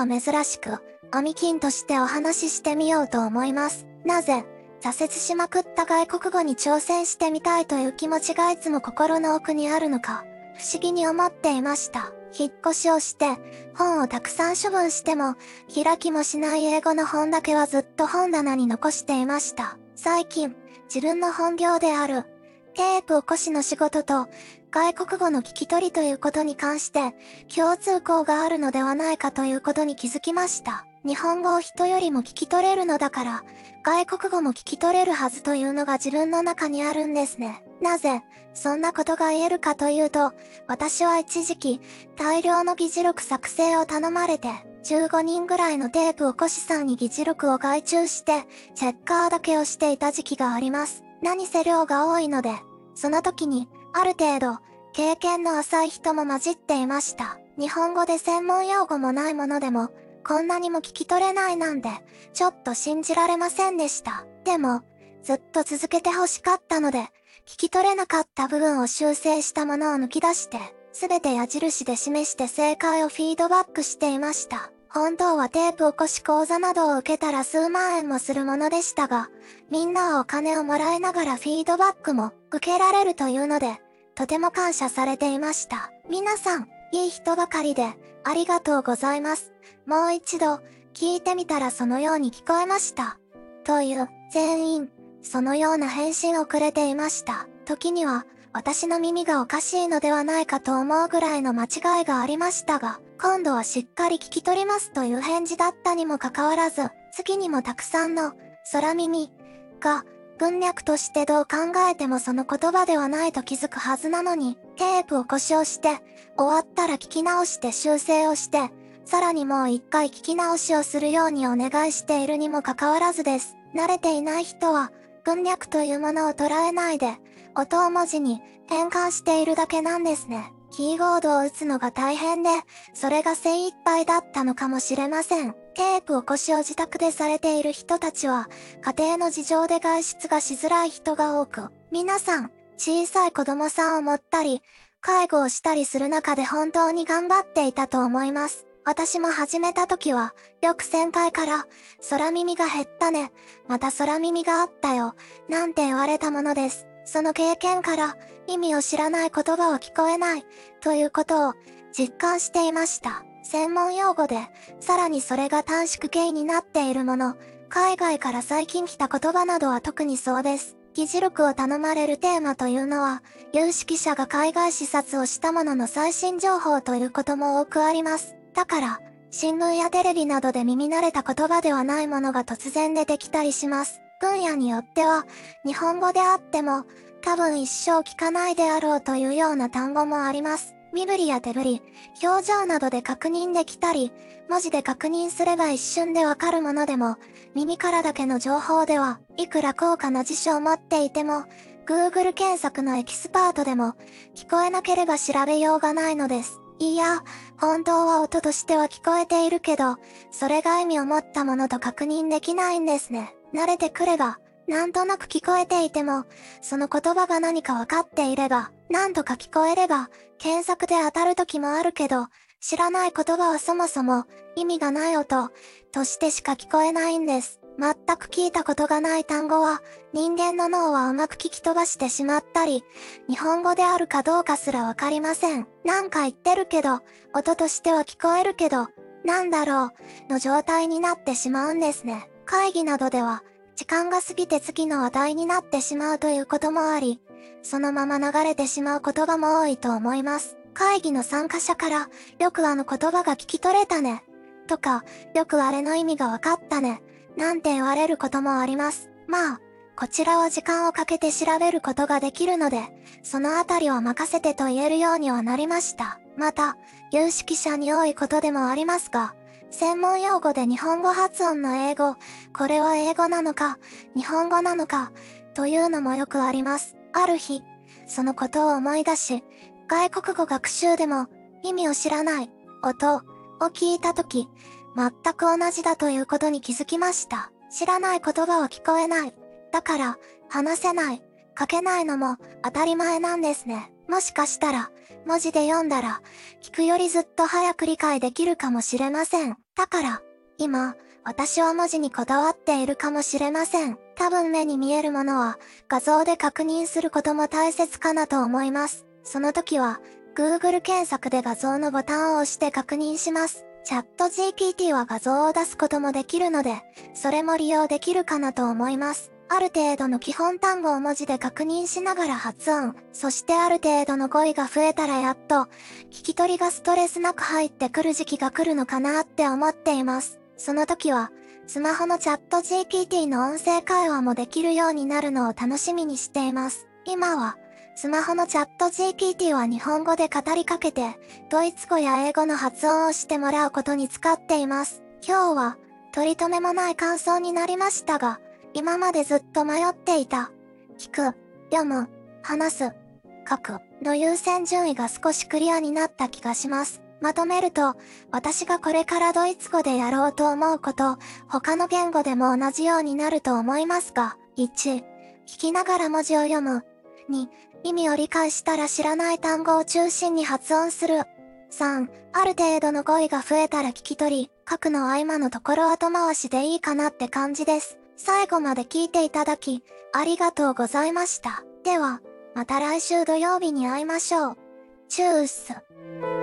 は珍しく、アミキンとしてお話ししてみようと思います。なぜ、挫折しまくった外国語に挑戦してみたいという気持ちがいつも心の奥にあるのか、不思議に思っていました。引っ越しをして、本をたくさん処分しても、開きもしない英語の本だけはずっと本棚に残していました。最近、自分の本業である、テープ起こしの仕事と、外国語の聞き取りということに関して、共通項があるのではないかということに気づきました。日本語を人よりも聞き取れるのだから、外国語も聞き取れるはずというのが自分の中にあるんですね。なぜ、そんなことが言えるかというと、私は一時期、大量の議事録作成を頼まれて、15人ぐらいのテープ起こしさんに議事録を外注して、チェッカーだけをしていた時期があります。何せ量が多いので、その時に、ある程度、経験の浅い人も混じっていました。日本語で専門用語もないものでも、こんなにも聞き取れないなんて、ちょっと信じられませんでした。でも、ずっと続けて欲しかったので、聞き取れなかった部分を修正したものを抜き出して、すべて矢印で示して正解をフィードバックしていました。本当はテープ起こし講座などを受けたら数万円もするものでしたが、みんなはお金をもらいながらフィードバックも受けられるというので、とても感謝されていました。皆さん、いい人ばかりで、ありがとうございます。もう一度、聞いてみたらそのように聞こえました。という、全員、そのような返信をくれていました。時には、私の耳がおかしいのではないかと思うぐらいの間違いがありましたが、今度はしっかり聞き取りますという返事だったにもかかわらず、次にもたくさんの、空耳、が、文脈としてどう考えてもその言葉ではないと気づくはずなのに、テープを故障して、終わったら聞き直して修正をして、さらにもう一回聞き直しをするようにお願いしているにもかかわらずです。慣れていない人は、文脈というものを捉えないで、音を文字に変換しているだけなんですね。キーボードを打つのが大変で、それが精一杯だったのかもしれません。テープ起こしを自宅でされている人たちは、家庭の事情で外出がしづらい人が多く、皆さん、小さい子供さんを持ったり、介護をしたりする中で本当に頑張っていたと思います。私も始めた時は、よく先輩から、空耳が減ったね、また空耳があったよ、なんて言われたものです。その経験から、意味を知らない言葉は聞こえない、ということを実感していました。専門用語で、さらにそれが短縮形になっているもの、海外から最近来た言葉などは特にそうです。議事録を頼まれるテーマというのは、有識者が海外視察をしたものの最新情報ということも多くあります。だから、新聞やテレビなどで耳慣れた言葉ではないものが突然出てきたりします。分野によっては、日本語であっても、多分一生聞かないであろうというような単語もあります。身振りや手振り、表情などで確認できたり、文字で確認すれば一瞬でわかるものでも、耳からだけの情報では、いくら高価な辞書を持っていても、Google 検索のエキスパートでも、聞こえなければ調べようがないのです。いや、本当は音としては聞こえているけど、それが意味を持ったものと確認できないんですね。慣れてくれば、なんとなく聞こえていても、その言葉が何かわかっていれば、何とか聞こえれば、検索で当たる時もあるけど、知らない言葉はそもそも、意味がない音、としてしか聞こえないんです。全く聞いたことがない単語は、人間の脳はうまく聞き飛ばしてしまったり、日本語であるかどうかすらわかりません。なんか言ってるけど、音としては聞こえるけど、なんだろう、の状態になってしまうんですね。会議などでは、時間が過ぎて次の話題になってしまうということもあり、そのまま流れてしまう言葉も多いと思います。会議の参加者から、よくあの言葉が聞き取れたね。とか、よくあれの意味がわかったね。なんて言われることもあります。まあ、こちらは時間をかけて調べることができるので、そのあたりは任せてと言えるようにはなりました。また、有識者に多いことでもありますが、専門用語で日本語発音の英語、これは英語なのか、日本語なのか、というのもよくあります。ある日、そのことを思い出し、外国語学習でも意味を知らない音を聞いたとき、全く同じだということに気づきました。知らない言葉は聞こえない。だから、話せない、書けないのも当たり前なんですね。もしかしたら、文字で読んだら、聞くよりずっと早く理解できるかもしれません。 だから、今、私は文字にこだわっているかもしれません。多分目に見えるものは、画像で確認することも大切かなと思います。その時は、Google 検索で画像のボタンを押して確認します。チャット GPT は画像を出すこともできるので、それも利用できるかなと思います。ある程度の基本単語を文字で確認しながら発音、そしてある程度の語彙が増えたらやっと、聞き取りがストレスなく入ってくる時期が来るのかなって思っています。その時は、スマホのチャット GPT の音声会話もできるようになるのを楽しみにしています。今は、スマホのチャット GPT は日本語で語りかけて、ドイツ語や英語の発音をしてもらうことに使っています。今日は、取り留めもない感想になりましたが、今までずっと迷っていた。聞く、読む、話す、書くの優先順位が少しクリアになった気がします。まとめると、私がこれからドイツ語でやろうと思うこと、他の言語でも同じようになると思いますが、1、聞きながら文字を読む。2、意味を理解したら知らない単語を中心に発音する。3、ある程度の語彙が増えたら聞き取り、書くの合間のところ後回しでいいかなって感じです。最後まで聞いていただき、ありがとうございました。では、また来週土曜日に会いましょう。チュース。